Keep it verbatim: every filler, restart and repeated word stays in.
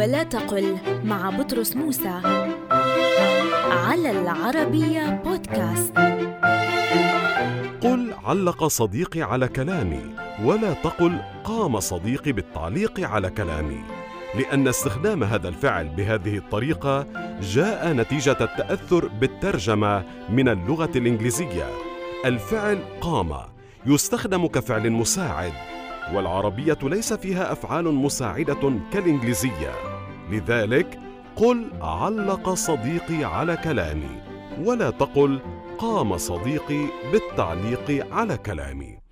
ولا تقل مع بطرس موسى على العربية بودكاست. قل علق صديقي على كلامي، ولا تقل قام صديقي بالتعليق على كلامي، لأن استخدام هذا الفعل بهذه الطريقة جاء نتيجة التأثر بالترجمة من اللغة الإنجليزية. الفعل قام يستخدم كفعل مساعد، والعربية ليس فيها أفعال مساعدة كالإنجليزية. لذلك قل علق صديقي على كلامي، ولا تقل قام صديقي بالتعليق على كلامي.